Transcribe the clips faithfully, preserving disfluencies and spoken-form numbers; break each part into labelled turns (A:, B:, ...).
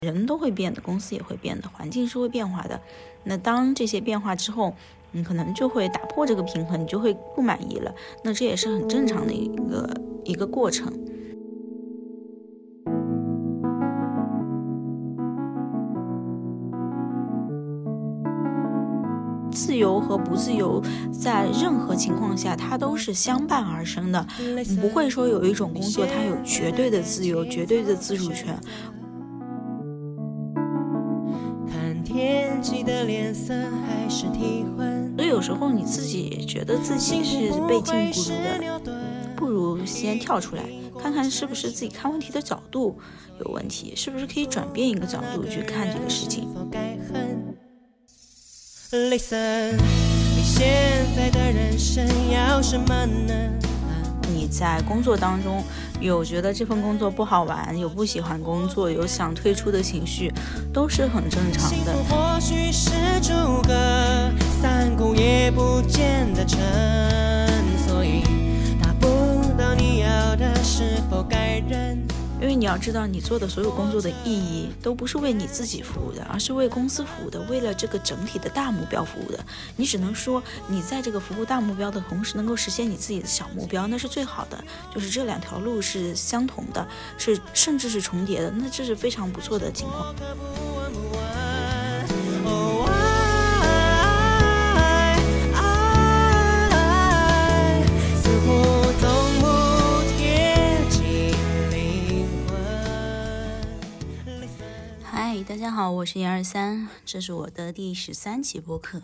A: 人都会变的，公司也会变的，环境是会变化的。那当这些变化之后，你可能就会打破这个平衡，你就会不满意了。那这也是很正常的一个一个过程。自由和不自由在任何情况下它都是相伴而生的，不会说有一种工作它有绝对的自由，绝对的自主权。看天气的脸色还是体温，所以有时候你自己觉得自己是被禁锢住的，不如先跳出来看看是不是自己看问题的角度有问题，是不是可以转变一个角度去看这个事情。Listen， 你现在的人生要什么呢？你在工作当中有觉得这份工作不好玩，有不喜欢工作，有想退出的情绪，都是很正常的。或许是诸葛三顾也不见得成，所以达不到你要的是否该认？因为你要知道，你做的所有工作的意义都不是为你自己服务的，而是为公司服务的，为了这个整体的大目标服务的。你只能说你在这个服务大目标的同时能够实现你自己的小目标，那是最好的，就是这两条路是相同的，是甚至是重叠的，那这是非常不错的情况。大家好，我是一二三，这是我的第十三期播客。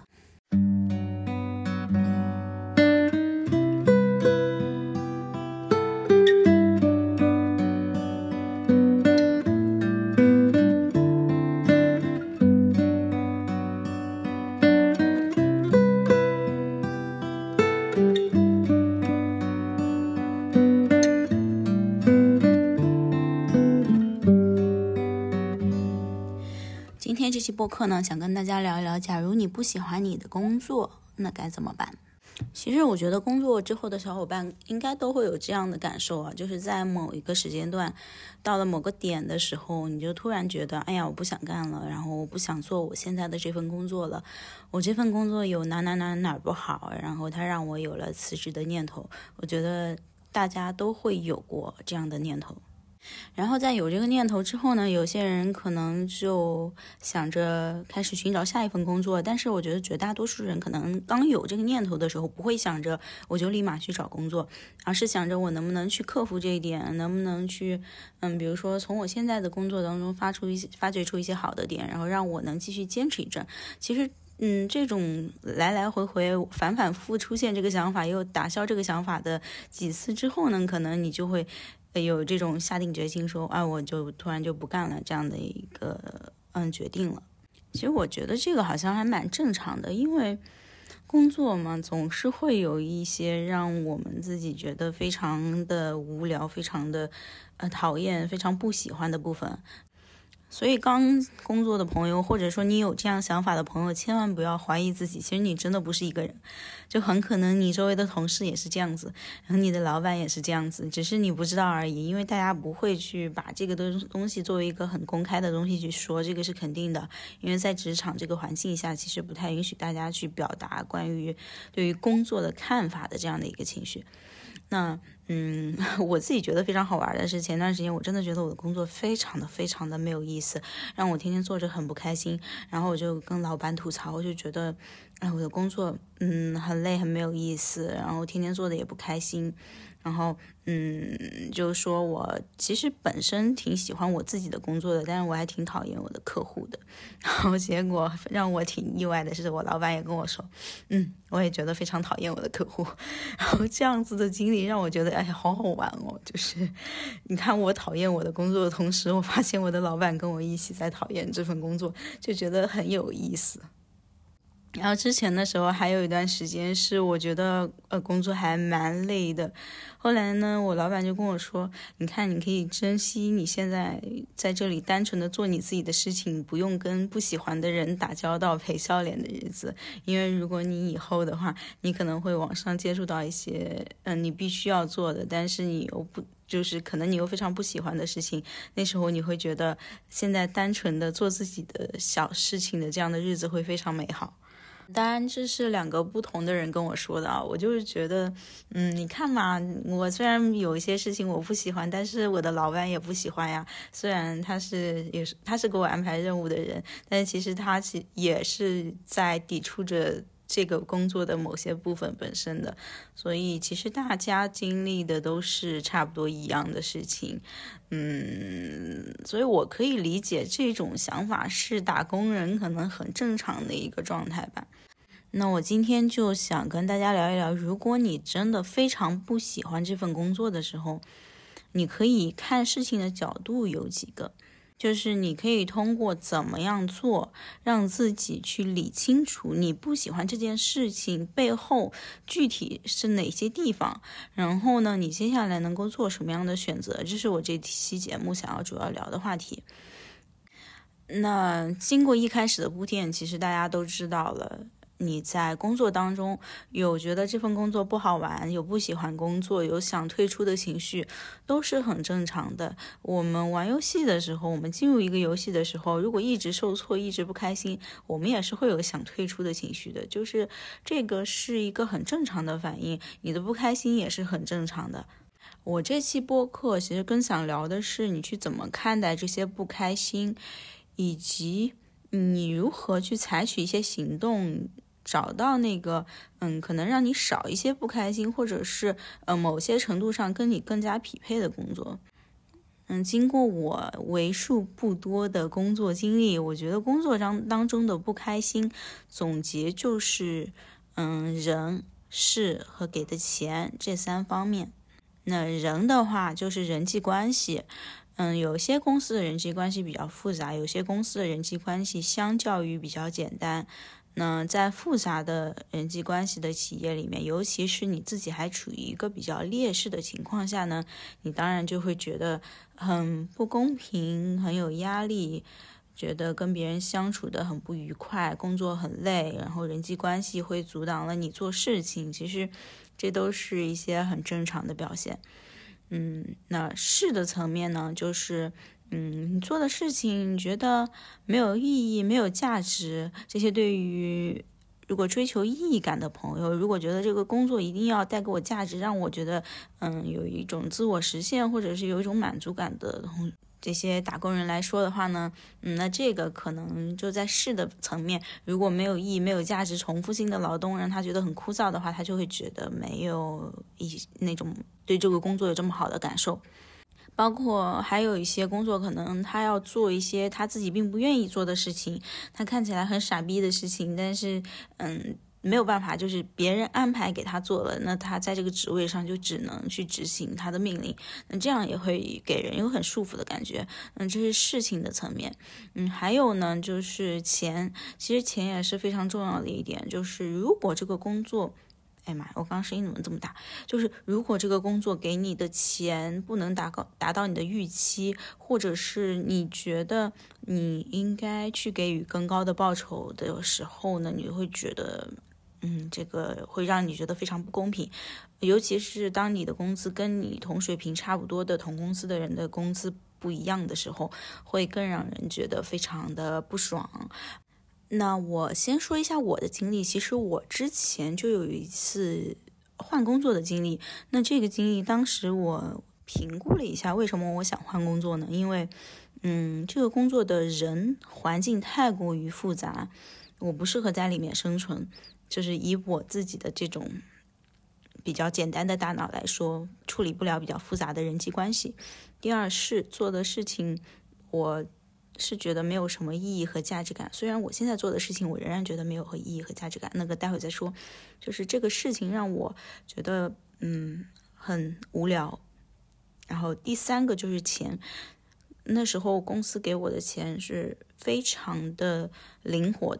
A: 今天这期播客呢，想跟大家聊一聊，假如你不喜欢你的工作，那该怎么办？其实我觉得工作之后的小伙伴应该都会有这样的感受啊，就是在某一个时间段，到了某个点的时候，你就突然觉得，哎呀，我不想干了，然后我不想做我现在的这份工作了，我这份工作有哪哪哪哪不好，然后它让我有了辞职的念头。我觉得大家都会有过这样的念头。然后在有这个念头之后呢，有些人可能就想着开始寻找下一份工作，但是我觉得绝大多数人可能刚有这个念头的时候，不会想着我就立马去找工作，而是想着我能不能去克服这一点，能不能去嗯，比如说从我现在的工作当中发出一些发掘出一些好的点，然后让我能继续坚持一阵。其实嗯，这种来来回回反反复复出现这个想法又打消这个想法的几次之后呢，可能你就会有这种下定决心说，啊，我就突然就不干了这样的一个嗯决定了。其实我觉得这个好像还蛮正常的，因为工作嘛，总是会有一些让我们自己觉得非常的无聊、非常的呃讨厌、非常不喜欢的部分。所以刚工作的朋友，或者说你有这样想法的朋友，千万不要怀疑自己，其实你真的不是一个人，就很可能你周围的同事也是这样子，然后你的老板也是这样子，只是你不知道而已，因为大家不会去把这个东西作为一个很公开的东西去说，这个是肯定的，因为在职场这个环境下，其实不太允许大家去表达关于对于工作的看法的这样的一个情绪。那嗯，我自己觉得非常好玩的是，前段时间我真的觉得我的工作非常的非常的没有意思，让我天天做着很不开心，然后我就跟老板吐槽，我就觉得哎，我的工作嗯很累，很没有意思，然后天天做的也不开心，然后嗯就说我其实本身挺喜欢我自己的工作的，但是我还挺讨厌我的客户的。然后结果让我挺意外的是，我老板也跟我说，嗯我也觉得非常讨厌我的客户。然后这样子的经历让我觉得哎呀好好玩哦，就是你看我讨厌我的工作的同时，我发现我的老板跟我一起在讨厌这份工作，就觉得很有意思。 然后之前的时候还有一段时间是我觉得呃工作还蛮累的，后来呢我老板就跟我说，你看你可以珍惜你现在在这里单纯的做你自己的事情，不用跟不喜欢的人打交道陪笑脸的日子，因为如果你以后的话，你可能会网上接触到一些嗯、呃、你必须要做的，但是你又不就是可能你又非常不喜欢的事情，那时候你会觉得现在单纯的做自己的小事情的这样的日子会非常美好。当然这是两个不同的人跟我说的啊，我就是觉得嗯，你看嘛，我虽然有一些事情我不喜欢，但是我的老板也不喜欢呀，虽然他是也是他是给我安排任务的人，但是其实他其也是在抵触着这个工作的某些部分本身的，所以其实大家经历的都是差不多一样的事情，嗯，所以我可以理解这种想法是打工人可能很正常的一个状态吧。那我今天就想跟大家聊一聊，如果你真的非常不喜欢这份工作的时候，你可以看事情的角度有几个。就是你可以通过怎么样做，让自己去理清楚你不喜欢这件事情背后具体是哪些地方，然后呢，你接下来能够做什么样的选择，这是我这期节目想要主要聊的话题。那经过一开始的铺垫，其实大家都知道了，你在工作当中有觉得这份工作不好玩，有不喜欢工作，有想退出的情绪，都是很正常的。我们玩游戏的时候，我们进入一个游戏的时候，如果一直受挫，一直不开心，我们也是会有想退出的情绪的，就是这个是一个很正常的反应，你的不开心也是很正常的。我这期播客其实更想聊的是你去怎么看待这些不开心，以及你如何去采取一些行动，找到那个嗯，可能让你少一些不开心，或者是呃某些程度上跟你更加匹配的工作。嗯，经过我为数不多的工作经历，我觉得工作当当中的不开心，总结就是嗯人、事和给的钱这三方面。那人的话就是人际关系。嗯，有些公司的人际关系比较复杂，有些公司的人际关系相较于比较简单。那在复杂的人际关系的企业里面，尤其是你自己还处于一个比较劣势的情况下呢，你当然就会觉得很不公平，很有压力，觉得跟别人相处的很不愉快，工作很累，然后人际关系会阻挡了你做事情，其实这都是一些很正常的表现。嗯，那事的层面呢，就是嗯，你做的事情你觉得没有意义、没有价值，这些对于如果追求意义感的朋友，如果觉得这个工作一定要带给我价值，让我觉得嗯有一种自我实现或者是有一种满足感的这些打工人来说的话呢，嗯，那这个可能就在事的层面，如果没有意义、没有价值、重复性的劳动让他觉得很枯燥的话，他就会觉得没有一那种对这个工作有这么好的感受。包括还有一些工作，可能他要做一些他自己并不愿意做的事情，他看起来很傻逼的事情，但是嗯。没有办法，就是别人安排给他做了，那他在这个职位上就只能去执行他的命令，那这样也会给人有很束缚的感觉。嗯，这是事情的层面。嗯，还有呢，就是钱，其实钱也是非常重要的一点，就是如果这个工作，哎妈，我刚刚声音怎么这么大？就是如果这个工作给你的钱不能达到达到你的预期，或者是你觉得你应该去给予更高的报酬的时候呢，你会觉得。嗯，这个会让你觉得非常不公平，尤其是当你的工资跟你同水平差不多的同公司的人的工资不一样的时候，会更让人觉得非常的不爽。那我先说一下我的经历，其实我之前就有一次换工作的经历，那这个经历当时我评估了一下为什么我想换工作呢？因为嗯，这个工作的人环境太过于复杂，我不适合在里面生存。就是以我自己的这种比较简单的大脑来说，处理不了比较复杂的人际关系。第二是做的事情，我是觉得没有什么意义和价值感。虽然我现在做的事情，我仍然觉得没有和意义和价值感。那个待会再说。就是这个事情让我觉得嗯很无聊。然后第三个就是钱。那时候公司给我的钱是非常的灵活的。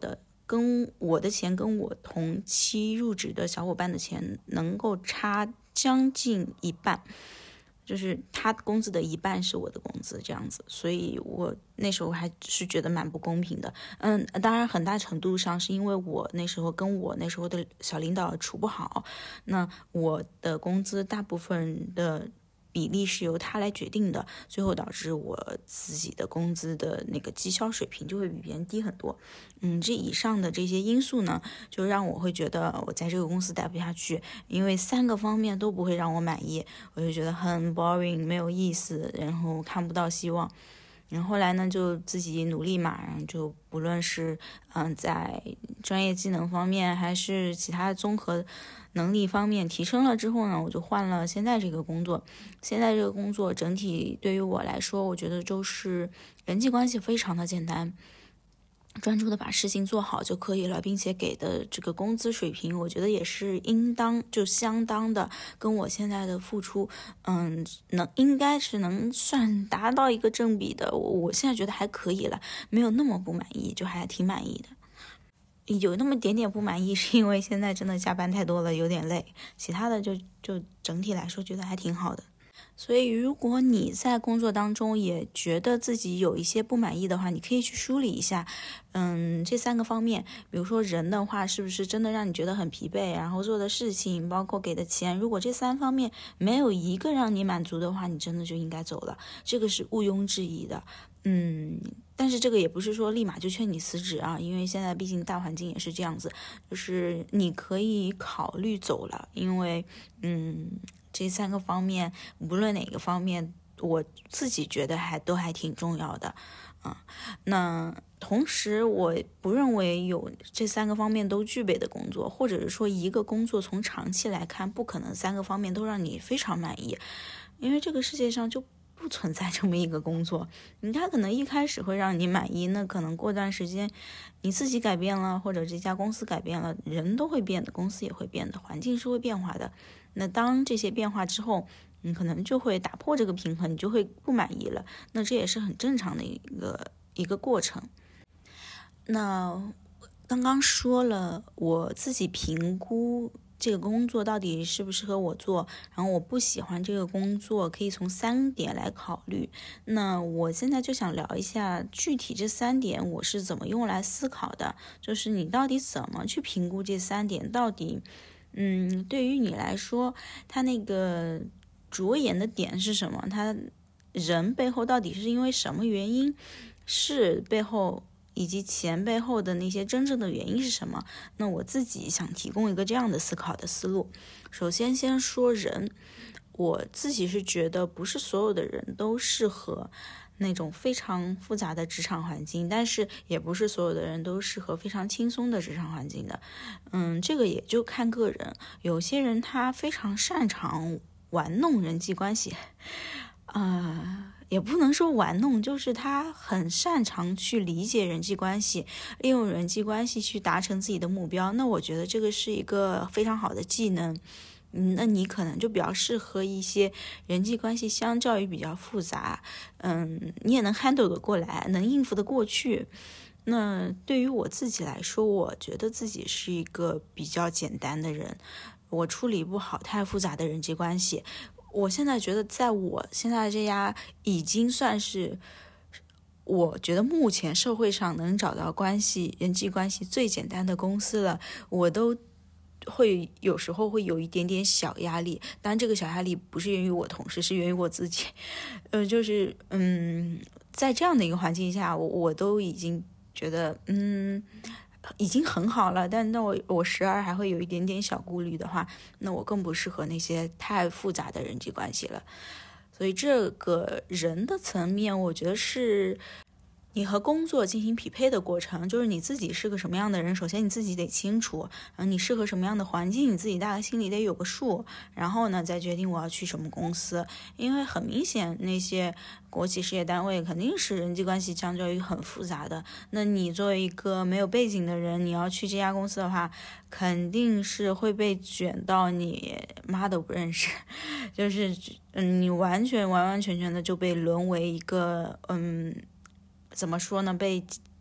A: 跟我的钱跟我同期入职的小伙伴的钱能够差将近一半，就是他工资的一半是我的工资这样子，所以我那时候还是觉得蛮不公平的。嗯，当然很大程度上是因为我那时候跟我那时候的小领导处不好，那我的工资大部分的比例是由他来决定的，最后导致我自己的工资的那个绩效水平就会比别人低很多。嗯，这以上的这些因素呢，就让我会觉得我在这个公司待不下去，因为三个方面都不会让我满意，我就觉得很 boring， 没有意思，然后看不到希望。然后后来呢，就自己努力嘛，然后就不论是嗯在专业技能方面，还是其他综合能力方面提升了之后呢，我就换了现在这个工作。现在这个工作整体对于我来说，我觉得就是人际关系非常的简单，专注的把事情做好就可以了，并且给的这个工资水平，我觉得也是应当就相当的跟我现在的付出，嗯，能应该是能算达到一个正比的。我我现在觉得还可以了，没有那么不满意，就还挺满意的。有那么点点不满意，是因为现在真的加班太多了，有点累。其他的就就整体来说觉得还挺好的。所以如果你在工作当中也觉得自己有一些不满意的话，你可以去梳理一下，嗯，这三个方面，比如说人的话，是不是真的让你觉得很疲惫，然后做的事情，包括给的钱，如果这三方面没有一个让你满足的话，你真的就应该走了，这个是毋庸置疑的。嗯，但是这个也不是说立马就劝你辞职啊，因为现在毕竟大环境也是这样子，就是你可以考虑走了，因为嗯。这三个方面，无论哪个方面，我自己觉得还都还挺重要的，啊、嗯，那同时我不认为有这三个方面都具备的工作，或者是说一个工作从长期来看，不可能三个方面都让你非常满意，因为这个世界上就不存在这么一个工作，你看可能一开始会让你满意，那可能过段时间你自己改变了，或者这家公司改变了，人都会变的，公司也会变的，环境是会变化的。那当这些变化之后，你可能就会打破这个平衡，你就会不满意了。那这也是很正常的一个一个过程。那刚刚说了，我自己评估这个工作到底适不适合我做，然后我不喜欢这个工作，可以从三点来考虑。那我现在就想聊一下具体这三点我是怎么用来思考的，就是你到底怎么去评估这三点，到底嗯，对于你来说，他那个着眼的点是什么？他人背后到底是因为什么原因？是背后以及钱背后的那些真正的原因是什么？那我自己想提供一个这样的思考的思路。首先，先说人，我自己是觉得不是所有的人都适合那种非常复杂的职场环境，但是也不是所有的人都适合非常轻松的职场环境的。嗯，这个也就看个人，有些人他非常擅长玩弄人际关系，呃，也不能说玩弄，就是他很擅长去理解人际关系，利用人际关系去达成自己的目标。那我觉得这个是一个非常好的技能。嗯，那你可能就比较适合一些人际关系相较于比较复杂，嗯，你也能 handle 得过来，能应付得过去。那对于我自己来说，我觉得自己是一个比较简单的人，我处理不好太复杂的人际关系。我现在觉得，在我现在这家已经算是我觉得目前社会上能找到关系人际关系最简单的公司了，我都会有时候会有一点点小压力，当然这个小压力不是源于我同事，是源于我自己。呃，就是嗯，在这样的一个环境下，我我都已经觉得嗯已经很好了，但那我我时而还会有一点点小顾虑的话，那我更不适合那些太复杂的人际关系了。所以这个人的层面，我觉得是你和工作进行匹配的过程，就是你自己是个什么样的人，首先你自己得清楚，然后你适合什么样的环境，你自己大概心里得有个数，然后呢再决定我要去什么公司。因为很明显那些国企事业单位肯定是人际关系相较于很复杂的，那你作为一个没有背景的人，你要去这家公司的话，肯定是会被卷到你妈都不认识，就是嗯，你完全完完全全的就被沦为一个嗯怎么说呢，被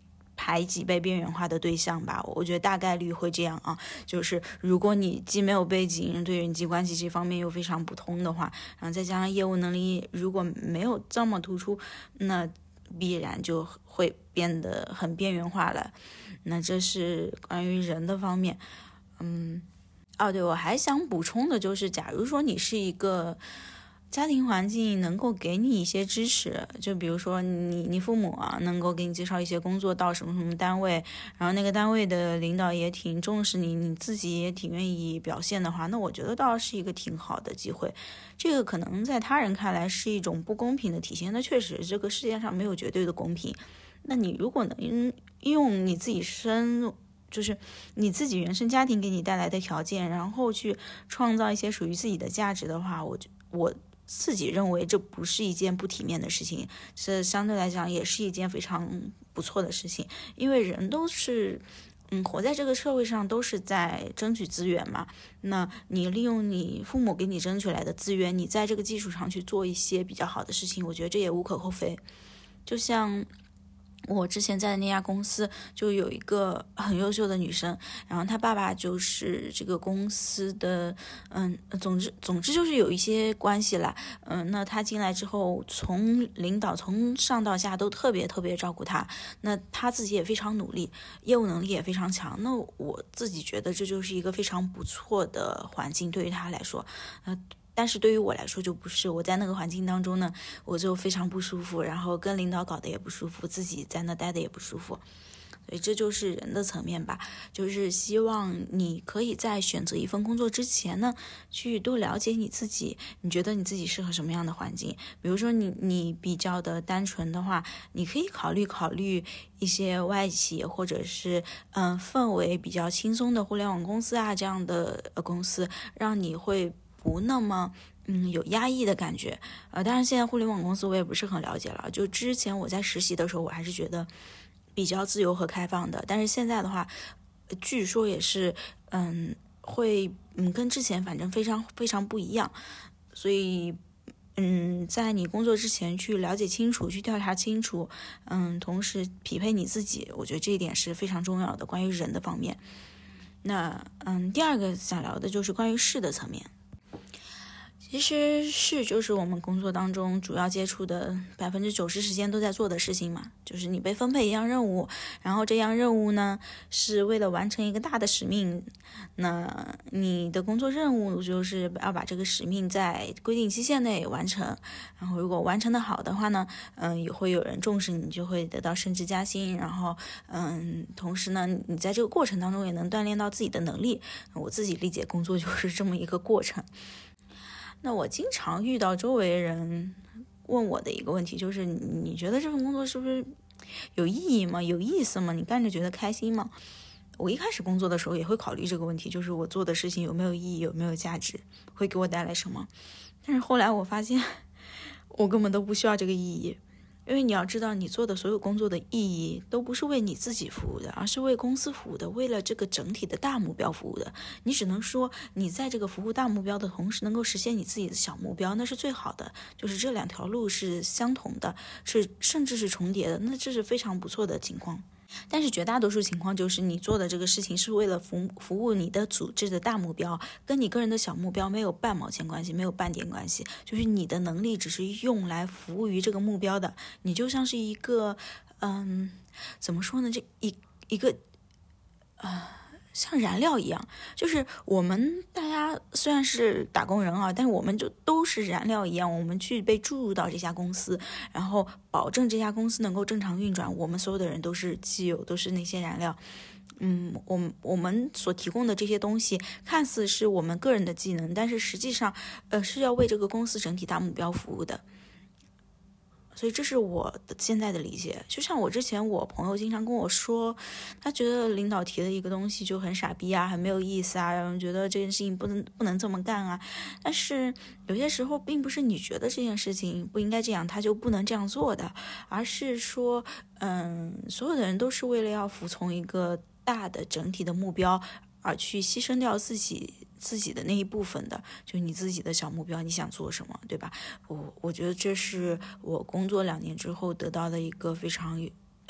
A: 排挤、被边缘化的对象吧。我觉得大概率会这样啊，就是如果你既没有背景，对人际关系这方面又非常不通的话，然后再加上业务能力如果没有这么突出，那必然就会变得很边缘化了。那这是关于人的方面。嗯，哦对，我还想补充的就是，假如说你是一个家庭环境能够给你一些支持，就比如说你你父母啊能够给你介绍一些工作到什么什么单位，然后那个单位的领导也挺重视你，你自己也挺愿意表现的话，那我觉得倒是一个挺好的机会。这个可能在他人看来是一种不公平的体现，那确实这个世界上没有绝对的公平。那你如果能用你自己生就是你自己原生家庭给你带来的条件，然后去创造一些属于自己的价值的话，我我自己认为这不是一件不体面的事情，这相对来讲也是一件非常不错的事情。因为人都是嗯，活在这个社会上都是在争取资源嘛，那你利用你父母给你争取来的资源，你在这个基础上去做一些比较好的事情，我觉得这也无可厚非。就像我之前在的那家公司就有一个很优秀的女生，然后她爸爸就是这个公司的嗯，总之总之就是有一些关系啦。嗯，那她进来之后，从领导从上到下都特别特别照顾她，那她自己也非常努力，业务能力也非常强。那我自己觉得这就是一个非常不错的环境，对于她来说，呃。但是对于我来说就不是，我在那个环境当中呢，我就非常不舒服，然后跟领导搞得也不舒服，自己在那待的也不舒服。所以这就是人的层面吧，就是希望你可以在选择一份工作之前呢，去多了解你自己，你觉得你自己适合什么样的环境。比如说你你比较的单纯的话，你可以考虑考虑一些外企或者是嗯氛围比较轻松的互联网公司啊，这样的公司，让你会不那么嗯有压抑的感觉。呃，当然现在互联网公司我也不是很了解了，就之前我在实习的时候，我还是觉得比较自由和开放的，但是现在的话，据说也是嗯会嗯跟之前反正非常非常不一样。所以嗯在你工作之前去了解清楚，去调查清楚，嗯同时匹配你自己，我觉得这一点是非常重要的，关于人的方面。那嗯第二个想聊的就是关于事的层面。其实事就是我们工作当中主要接触的百分之九十时间都在做的事情嘛，就是你被分配一样任务，然后这样任务呢是为了完成一个大的使命，那你的工作任务就是要把这个使命在规定期限内完成，然后如果完成的好的话呢，嗯，也会有人重视你，就会得到升职加薪，然后嗯，同时呢，你在这个过程当中也能锻炼到自己的能力。我自己理解工作就是这么一个过程。那我经常遇到周围人问我的一个问题就是，你觉得这份工作是不是有意义吗？有意思吗？你干着觉得开心吗？我一开始工作的时候也会考虑这个问题，就是我做的事情有没有意义，有没有价值，会给我带来什么。但是后来我发现我根本都不需要这个意义，因为你要知道，你做的所有工作的意义都不是为你自己服务的，而是为公司服务的，为了这个整体的大目标服务的。你只能说你在这个服务大目标的同时能够实现你自己的小目标，那是最好的，就是这两条路是相同的，是甚至是重叠的，那这是非常不错的情况。但是绝大多数情况就是你做的这个事情是为了服服务你的组织的大目标，跟你个人的小目标没有半毛钱关系，没有半点关系，就是你的能力只是用来服务于这个目标的。你就像是一个嗯怎么说呢，这一一个呃像燃料一样，就是我们大家虽然是打工人啊，但是我们就都是燃料一样，我们去被注入到这家公司，然后保证这家公司能够正常运转，我们所有的人都是机油，都是那些燃料。嗯，我我们所提供的这些东西看似是我们个人的技能，但是实际上呃是要为这个公司整体大目标服务的。所以这是我的现在的理解。就像我之前我朋友经常跟我说，他觉得领导提的一个东西就很傻逼啊，很没有意思啊，然后觉得这件事情不能不能这么干啊。但是有些时候并不是你觉得这件事情不应该这样，他就不能这样做的，而是说嗯，所有的人都是为了要服从一个大的整体的目标而去牺牲掉自己自己的那一部分的，就你自己的小目标，你想做什么，对吧？我我觉得这是我工作两年之后得到的一个非常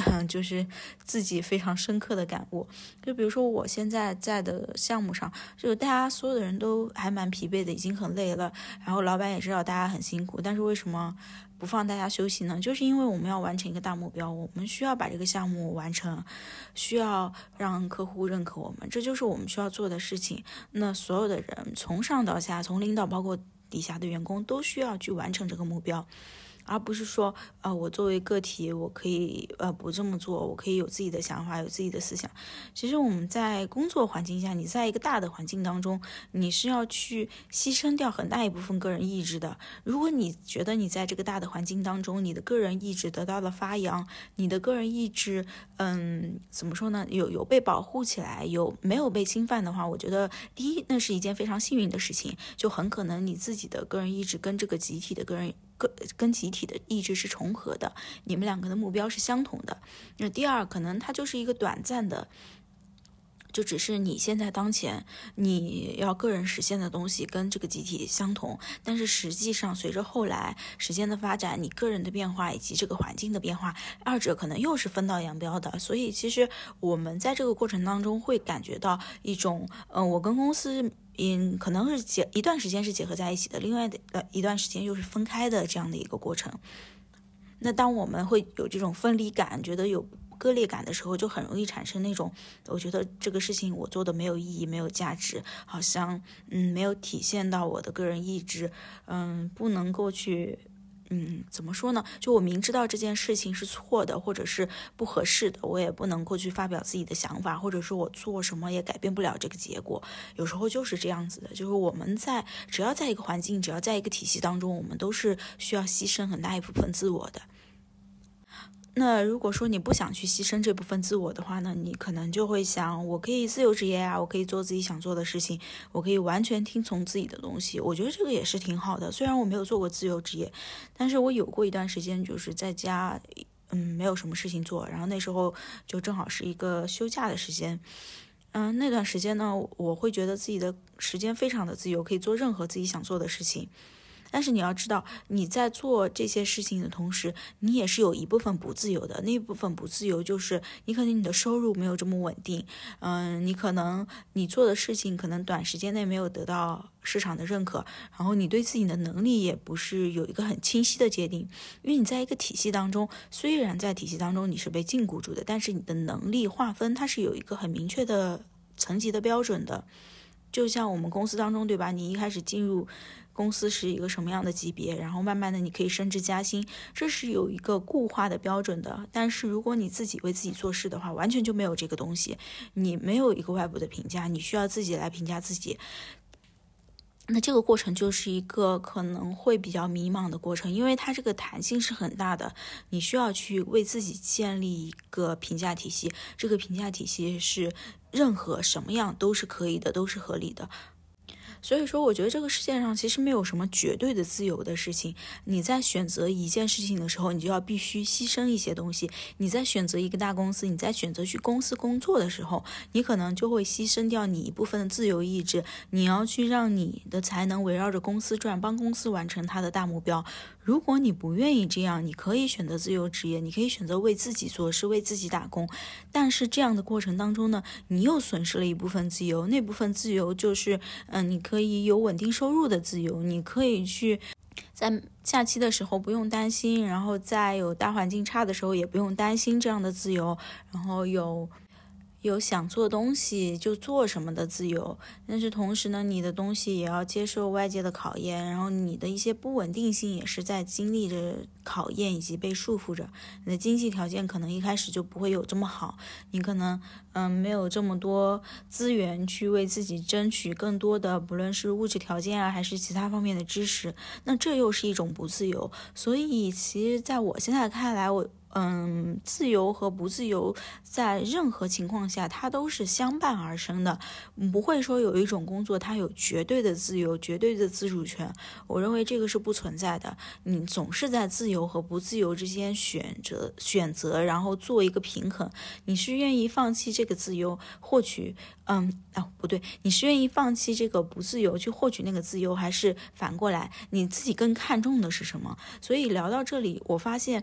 A: 就是自己非常深刻的感悟。就比如说我现在在的项目上，就大家所有的人都还蛮疲惫的，已经很累了，然后老板也知道大家很辛苦，但是为什么不放大家休息呢？就是因为我们要完成一个大目标，我们需要把这个项目完成，需要让客户认可我们，这就是我们需要做的事情。那所有的人从上到下，从领导包括底下的员工都需要去完成这个目标，而不是说呃，我作为个体我可以呃不这么做，我可以有自己的想法，有自己的思想。其实我们在工作环境下，你在一个大的环境当中，你是要去牺牲掉很大一部分个人意志的。如果你觉得你在这个大的环境当中，你的个人意志得到了发扬，你的个人意志嗯怎么说呢，有有被保护起来，有没有被侵犯的话，我觉得第一那是一件非常幸运的事情，就很可能你自己的个人意志跟这个集体的个人跟跟集体的意志是重合的，你们两个的目标是相同的。那第二，可能它就是一个短暂的，就只是你现在当前你要个人实现的东西跟这个集体相同，但是实际上随着后来时间的发展，你个人的变化以及这个环境的变化，二者可能又是分道扬镳的。所以其实我们在这个过程当中会感觉到一种嗯、呃，我跟公司嗯，可能是结一段时间是结合在一起的，另外的呃一段时间又是分开的这样的一个过程。那当我们会有这种分离感，觉得有割裂感的时候，就很容易产生那种我觉得这个事情我做的没有意义，没有价值，好像嗯没有体现到我的个人意志，嗯不能够去嗯，怎么说呢？就我明知道这件事情是错的，或者是不合适的，我也不能够去发表自己的想法，或者是我做什么也改变不了这个结果。有时候就是这样子的，就是我们在只要在一个环境，只要在一个体系当中，我们都是需要牺牲很大一部分自我的。那如果说你不想去牺牲这部分自我的话呢，你可能就会想，我可以自由职业啊，我可以做自己想做的事情，我可以完全听从自己的东西。我觉得这个也是挺好的。虽然我没有做过自由职业，但是我有过一段时间就是在家嗯没有什么事情做，然后那时候就正好是一个休假的时间。嗯，那段时间呢，我会觉得自己的时间非常的自由，可以做任何自己想做的事情。但是你要知道，你在做这些事情的同时，你也是有一部分不自由的。那一部分不自由就是你可能你的收入没有这么稳定，嗯，你可能你做的事情可能短时间内没有得到市场的认可，然后你对自己的能力也不是有一个很清晰的界定。因为你在一个体系当中，虽然在体系当中你是被禁锢住的，但是你的能力划分它是有一个很明确的层级的标准的。就像我们公司当中，对吧？你一开始进入公司是一个什么样的级别，然后慢慢的你可以升职加薪，这是有一个固化的标准的。但是如果你自己为自己做事的话，完全就没有这个东西，你没有一个外部的评价，你需要自己来评价自己。那这个过程就是一个可能会比较迷茫的过程，因为它这个弹性是很大的，你需要去为自己建立一个评价体系，这个评价体系是任何什么样都是可以的，都是合理的。所以说我觉得这个世界上其实没有什么绝对的自由的事情，你在选择一件事情的时候，你就要必须牺牲一些东西。你在选择一个大公司，你在选择去公司工作的时候，你可能就会牺牲掉你一部分的自由意志，你要去让你的才能围绕着公司转，帮公司完成它的大目标。如果你不愿意这样，你可以选择自由职业，你可以选择为自己做事，为自己打工。但是这样的过程当中呢，你又损失了一部分自由，那部分自由就是嗯、呃，你可以有稳定收入的自由，你可以去在假期的时候不用担心，然后在有大环境差的时候也不用担心这样的自由，然后有有想做东西就做什么的自由。但是同时呢，你的东西也要接受外界的考验，然后你的一些不稳定性也是在经历着考验以及被束缚着。你的经济条件可能一开始就不会有这么好，你可能嗯没有这么多资源去为自己争取更多的，不论是物质条件啊还是其他方面的知识，那这又是一种不自由。所以其实在我现在看来，我嗯，自由和不自由在任何情况下它都是相伴而生的，不会说有一种工作它有绝对的自由，绝对的自主权，我认为这个是不存在的。你总是在自由和不自由之间选择选择，然后做一个平衡。你是愿意放弃这个自由获取嗯哦不对，你是愿意放弃这个不自由去获取那个自由，还是反过来你自己更看重的是什么？所以聊到这里，我发现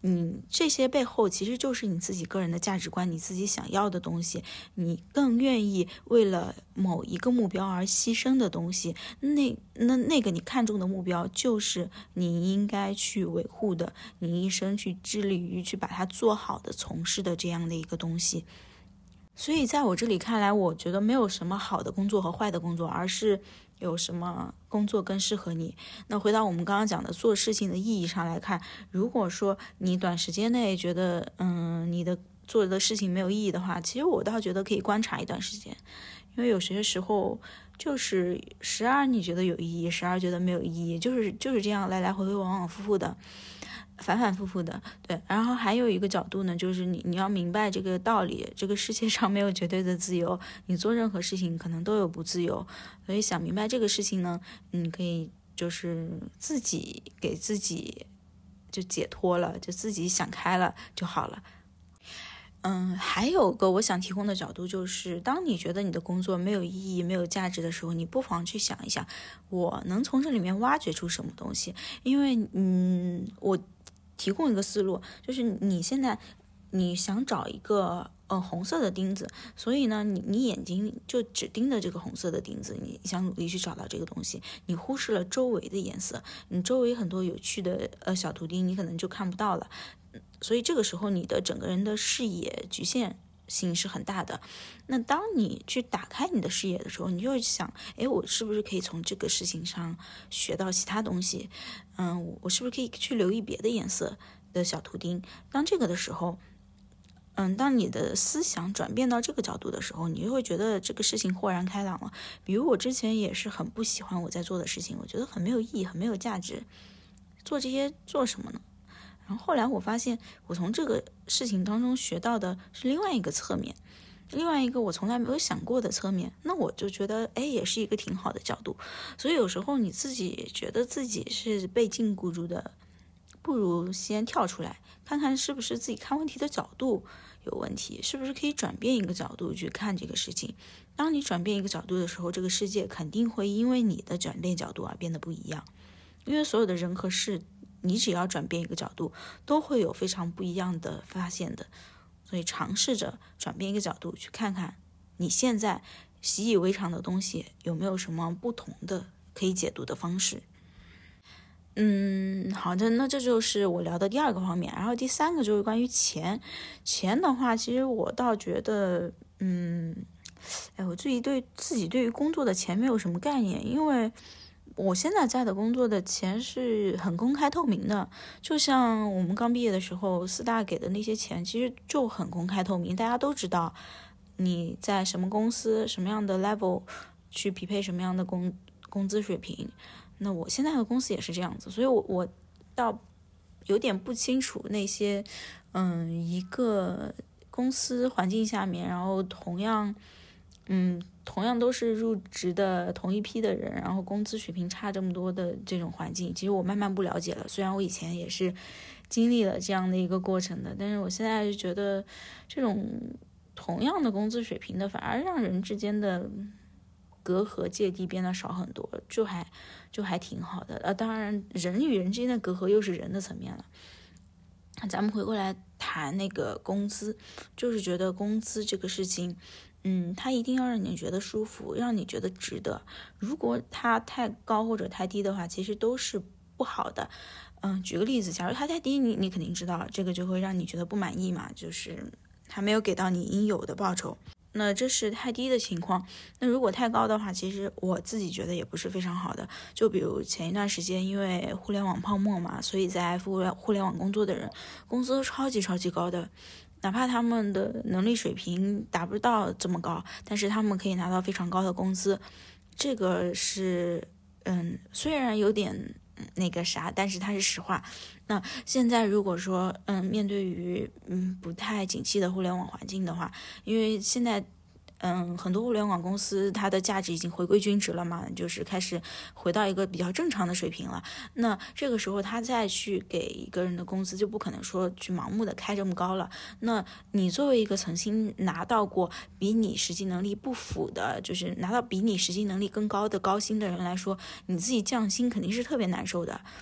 A: 你这些背后其实就是你自己个人的价值观，你自己想要的东西，你更愿意为了某一个目标而牺牲的东西，那那那个你看重的目标就是你应该去维护的，你一生去致力于去把它做好的从事的这样的一个东西。所以在我这里看来，我觉得没有什么好的工作和坏的工作，而是有什么工作更适合你。那回到我们刚刚讲的做事情的意义上来看，如果说你短时间内觉得嗯你的做的事情没有意义的话，其实我倒觉得可以观察一段时间，因为有些时候就是时而你觉得有意义，时而觉得没有意义，就是就是这样来来回回往往复复的，反反复复的。对，然后还有一个角度呢，就是你你要明白这个道理，这个世界上没有绝对的自由，你做任何事情可能都有不自由，所以想明白这个事情呢，你可以就是自己给自己就解脱了，就自己想开了就好了。嗯，还有个我想提供的角度就是，当你觉得你的工作没有意义、没有价值的时候，你不妨去想一想，我能从这里面挖掘出什么东西。因为，嗯，我提供一个思路，就是你现在你想找一个呃红色的钉子，所以呢，你你眼睛就只盯着这个红色的钉子，你想努力去找到这个东西，你忽视了周围的颜色，你周围很多有趣的呃小图钉，你可能就看不到了。所以这个时候你的整个人的视野局限性是很大的。那当你去打开你的视野的时候，你就会想，诶，我是不是可以从这个事情上学到其他东西？嗯，我是不是可以去留意别的颜色的小图钉？当这个的时候，嗯，当你的思想转变到这个角度的时候，你就会觉得这个事情豁然开朗了。比如我之前也是很不喜欢我在做的事情，我觉得很没有意义，很没有价值，做这些做什么呢？然后后来我发现，我从这个事情当中学到的是另外一个侧面，另外一个我从来没有想过的侧面，那我就觉得，哎，也是一个挺好的角度。所以有时候你自己觉得自己是被禁锢住的，不如先跳出来，看看是不是自己看问题的角度有问题，是不是可以转变一个角度去看这个事情。当你转变一个角度的时候，这个世界肯定会因为你的转变角度而变得不一样。因为所有的人和事，你只要转变一个角度，都会有非常不一样的发现的。所以尝试着转变一个角度，去看看你现在习以为常的东西有没有什么不同的可以解读的方式。嗯，好的，那这就是我聊的第二个方面。然后第三个就是关于钱。钱的话，其实我倒觉得，嗯，哎，我自己对自己对于工作的钱没有什么概念，因为我现在在的工作的钱是很公开透明的，就像我们刚毕业的时候，四大给的那些钱其实就很公开透明，大家都知道你在什么公司、什么样的 level 去匹配什么样的工工资水平。那我现在的公司也是这样子，所以我我倒有点不清楚那些嗯一个公司环境下面，然后同样嗯同样都是入职的同一批的人，然后工资水平差这么多的这种环境，其实我慢慢不了解了。虽然我以前也是经历了这样的一个过程的，但是我现在就觉得这种同样的工资水平的，反而让人之间的隔阂芥蒂变得少很多，就还就还挺好的。呃，当然人与人之间的隔阂又是人的层面了。咱们回过来谈那个工资，就是觉得工资这个事情，嗯，它一定要让你觉得舒服，让你觉得值得。如果它太高或者太低的话，其实都是不好的。嗯，举个例子，假如它太低，你你肯定知道，这个就会让你觉得不满意嘛，就是还没有给到你应有的报酬。那这是太低的情况。那如果太高的话，其实我自己觉得也不是非常好的。就比如前一段时间因为互联网泡沫嘛，所以在互联互联网工作的人工资都超级超级高的，哪怕他们的能力水平达不到这么高，但是他们可以拿到非常高的工资。这个是嗯，虽然有点那个啥，但是它是实话。那现在如果说嗯，面对于嗯不太景气的互联网环境的话，因为现在嗯很多互联网公司它的价值已经回归均值了嘛，就是开始回到一个比较正常的水平了。那这个时候他再去给一个人的工资，就不可能说去盲目的开这么高了。那你作为一个曾经拿到过比你实际能力不符的，就是拿到比你实际能力更高的高薪的人来说，你自己降薪肯定是特别难受的。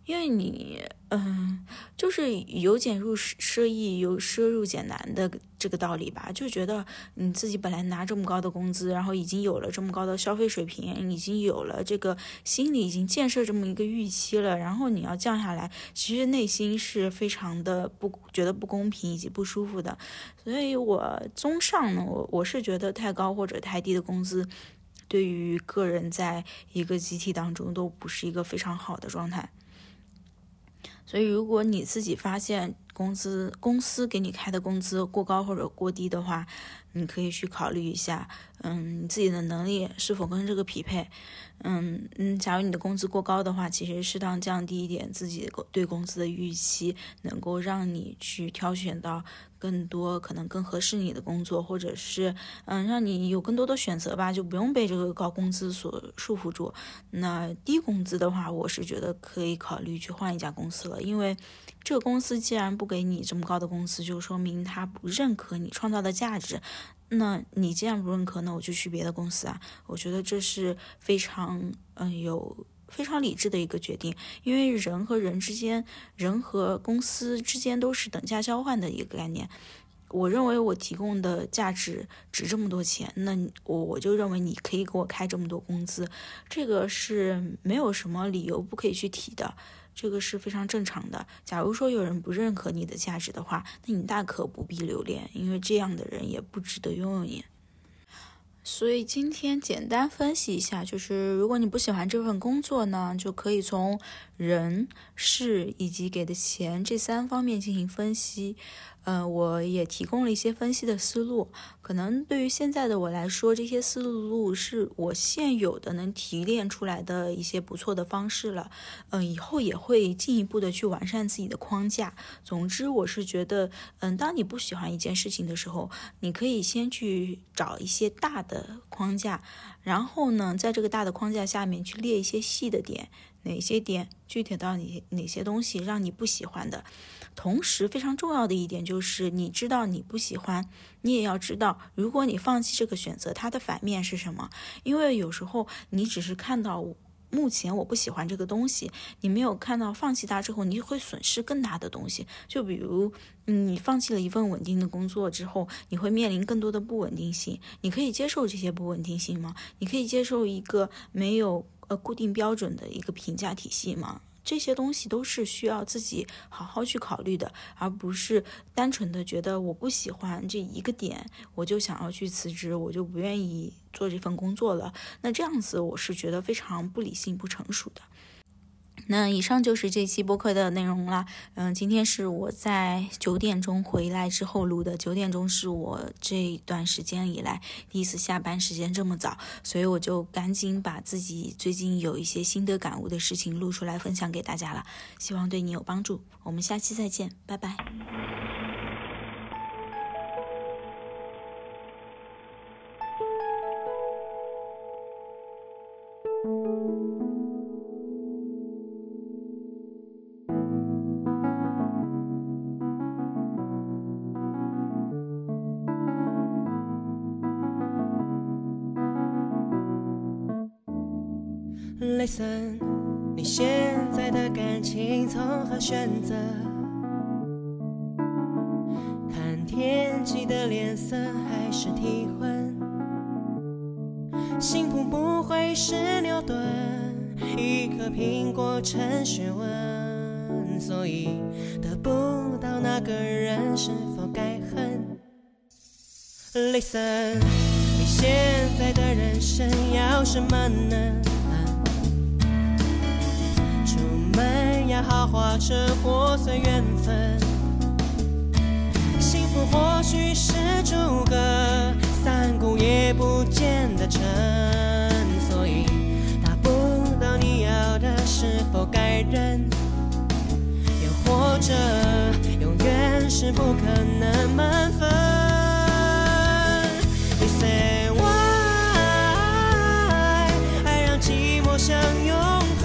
A: 因为你，嗯，就是由俭入奢易，由奢入俭难的这个道理吧。就觉得你自己本来拿这么高的工资，然后已经有了这么高的消费水平，已经有了这个心里已经建设这么一个预期了，然后你要降下来，其实内心是非常的不觉得不公平以及不舒服的。所以我综上呢，我我是觉得太高或者太低的工资，对于个人在一个集体当中都不是一个非常好的状态。所以如果你自己发现工资公司给你开的工资过高或者过低的话，你可以去考虑一下，嗯，你自己的能力是否跟这个匹配。嗯嗯，假如你的工资过高的话，其实适当降低一点自己对工资的预期，能够让你去挑选到更多可能更合适你的工作，或者是嗯让你有更多的选择吧，就不用被这个高工资所束缚住。那低工资的话，我是觉得可以考虑去换一家公司了，因为这个公司既然不给你这么高的工资，就说明他不认可你创造的价值。那你既然不认可，那我就去别的公司啊。我觉得这是非常嗯有非常理智的一个决定，因为人和人之间，人和公司之间都是等价交换的一个概念。我认为我提供的价值值这么多钱，那我我就认为你可以给我开这么多工资，这个是没有什么理由不可以去提的。这个是非常正常的。假如说有人不认可你的价值的话，那你大可不必留恋，因为这样的人也不值得拥有你。所以今天简单分析一下，就是如果你不喜欢这份工作呢，就可以从人、事以及给的钱这三方面进行分析。呃，我也提供了一些分析的思路，可能对于现在的我来说，这些思路是我现有的能提炼出来的一些不错的方式了。嗯、呃，以后也会进一步的去完善自己的框架。总之，我是觉得，嗯，当你不喜欢一件事情的时候，你可以先去找一些大的框架，然后呢，在这个大的框架下面去列一些细的点。哪些点具体到你哪些东西让你不喜欢的。同时非常重要的一点就是你知道你不喜欢，你也要知道如果你放弃这个选择它的反面是什么。因为有时候你只是看到目前我不喜欢这个东西，你没有看到放弃它之后你会损失更大的东西。就比如嗯，你放弃了一份稳定的工作之后，你会面临更多的不稳定性。你可以接受这些不稳定性吗？你可以接受一个没有呃固定标准的一个评价体系吗？这些东西都是需要自己好好去考虑的，而不是单纯的觉得我不喜欢这一个点，我就想要去辞职，我就不愿意做这份工作了。那这样子我是觉得非常不理性、不成熟的。那以上就是这期播客的内容啦。嗯，今天是我在九点钟回来之后录的，九点钟是我这一段时间以来第一次下班时间这么早，所以我就赶紧把自己最近有一些心得感悟的事情录出来分享给大家了，希望对你有帮助。我们下期再见，拜拜。
B: Listen， 你现在的感情从何选择？看天气的脸色还是提魂？幸福不会是牛顿，一颗苹果成学问，所以得不到那个人是否该恨？ Listen， 你现在的人生要什么呢？门要好花车或随缘分，幸福或许是诸葛三顾也不见得成，所以达不到你要的是否该忍？又或者永远是不可能满分。 You say why 爱让寂寞相拥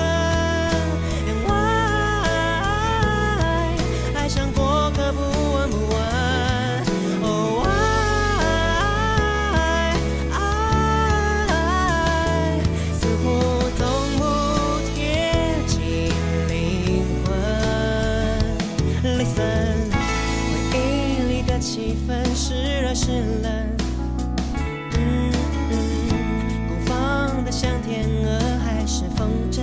B: 不问不问 Oh I I 似乎总不贴近灵魂湿了。嗯嗯，孤芳的像天鹅还是风筝，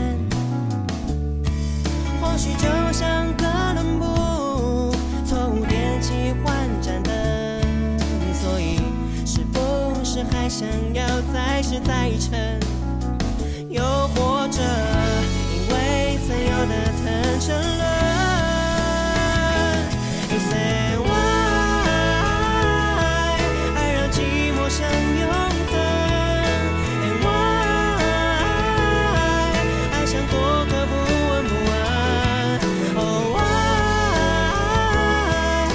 B: 或许就像哥伦布错误点起换盏灯，所以是不是还想要再试再成？又或者因为曾有的疼成了 You say why 爱让寂寞像永恒 And why 爱像过客不闻不问 Oh why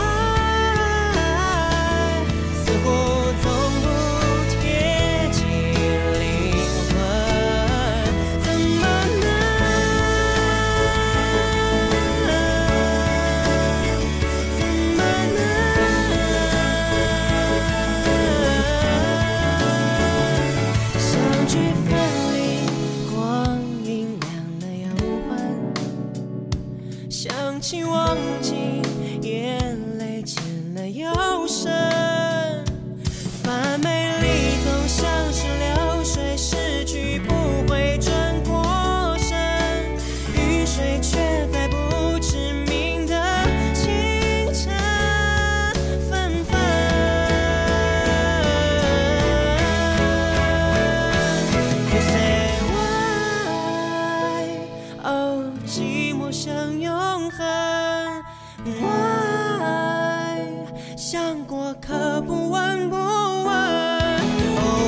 B: 爱似乎从不贴近灵魂，怎么能怎么能相聚分离，光阴亮了又昏，想起忘记，眼泪渐了又深。反美丽总像是流水，失去不会转过身，雨水却在不知名的清晨纷纷。You say why 哦，寂寞像永恒 Why 想过可不闻不问 Oh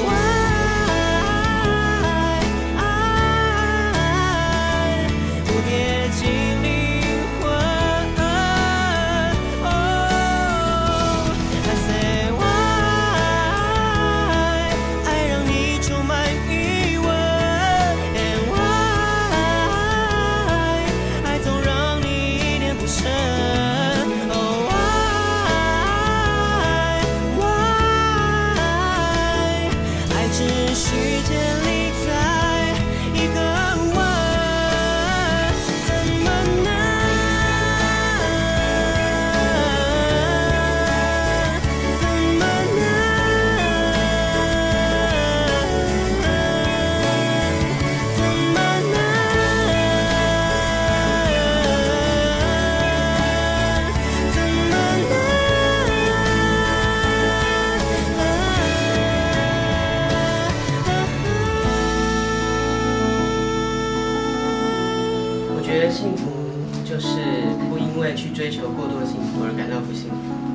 B: why 爱不跌进灵魂 Oh I say why 爱让你充满疑问 And why 爱总让你一点不舍 Oh why why 爱只需建立在一个吻，怎么能怎么能怎么能怎么
C: 我觉得幸福就是不因为去追求过多的幸福而感到不幸福。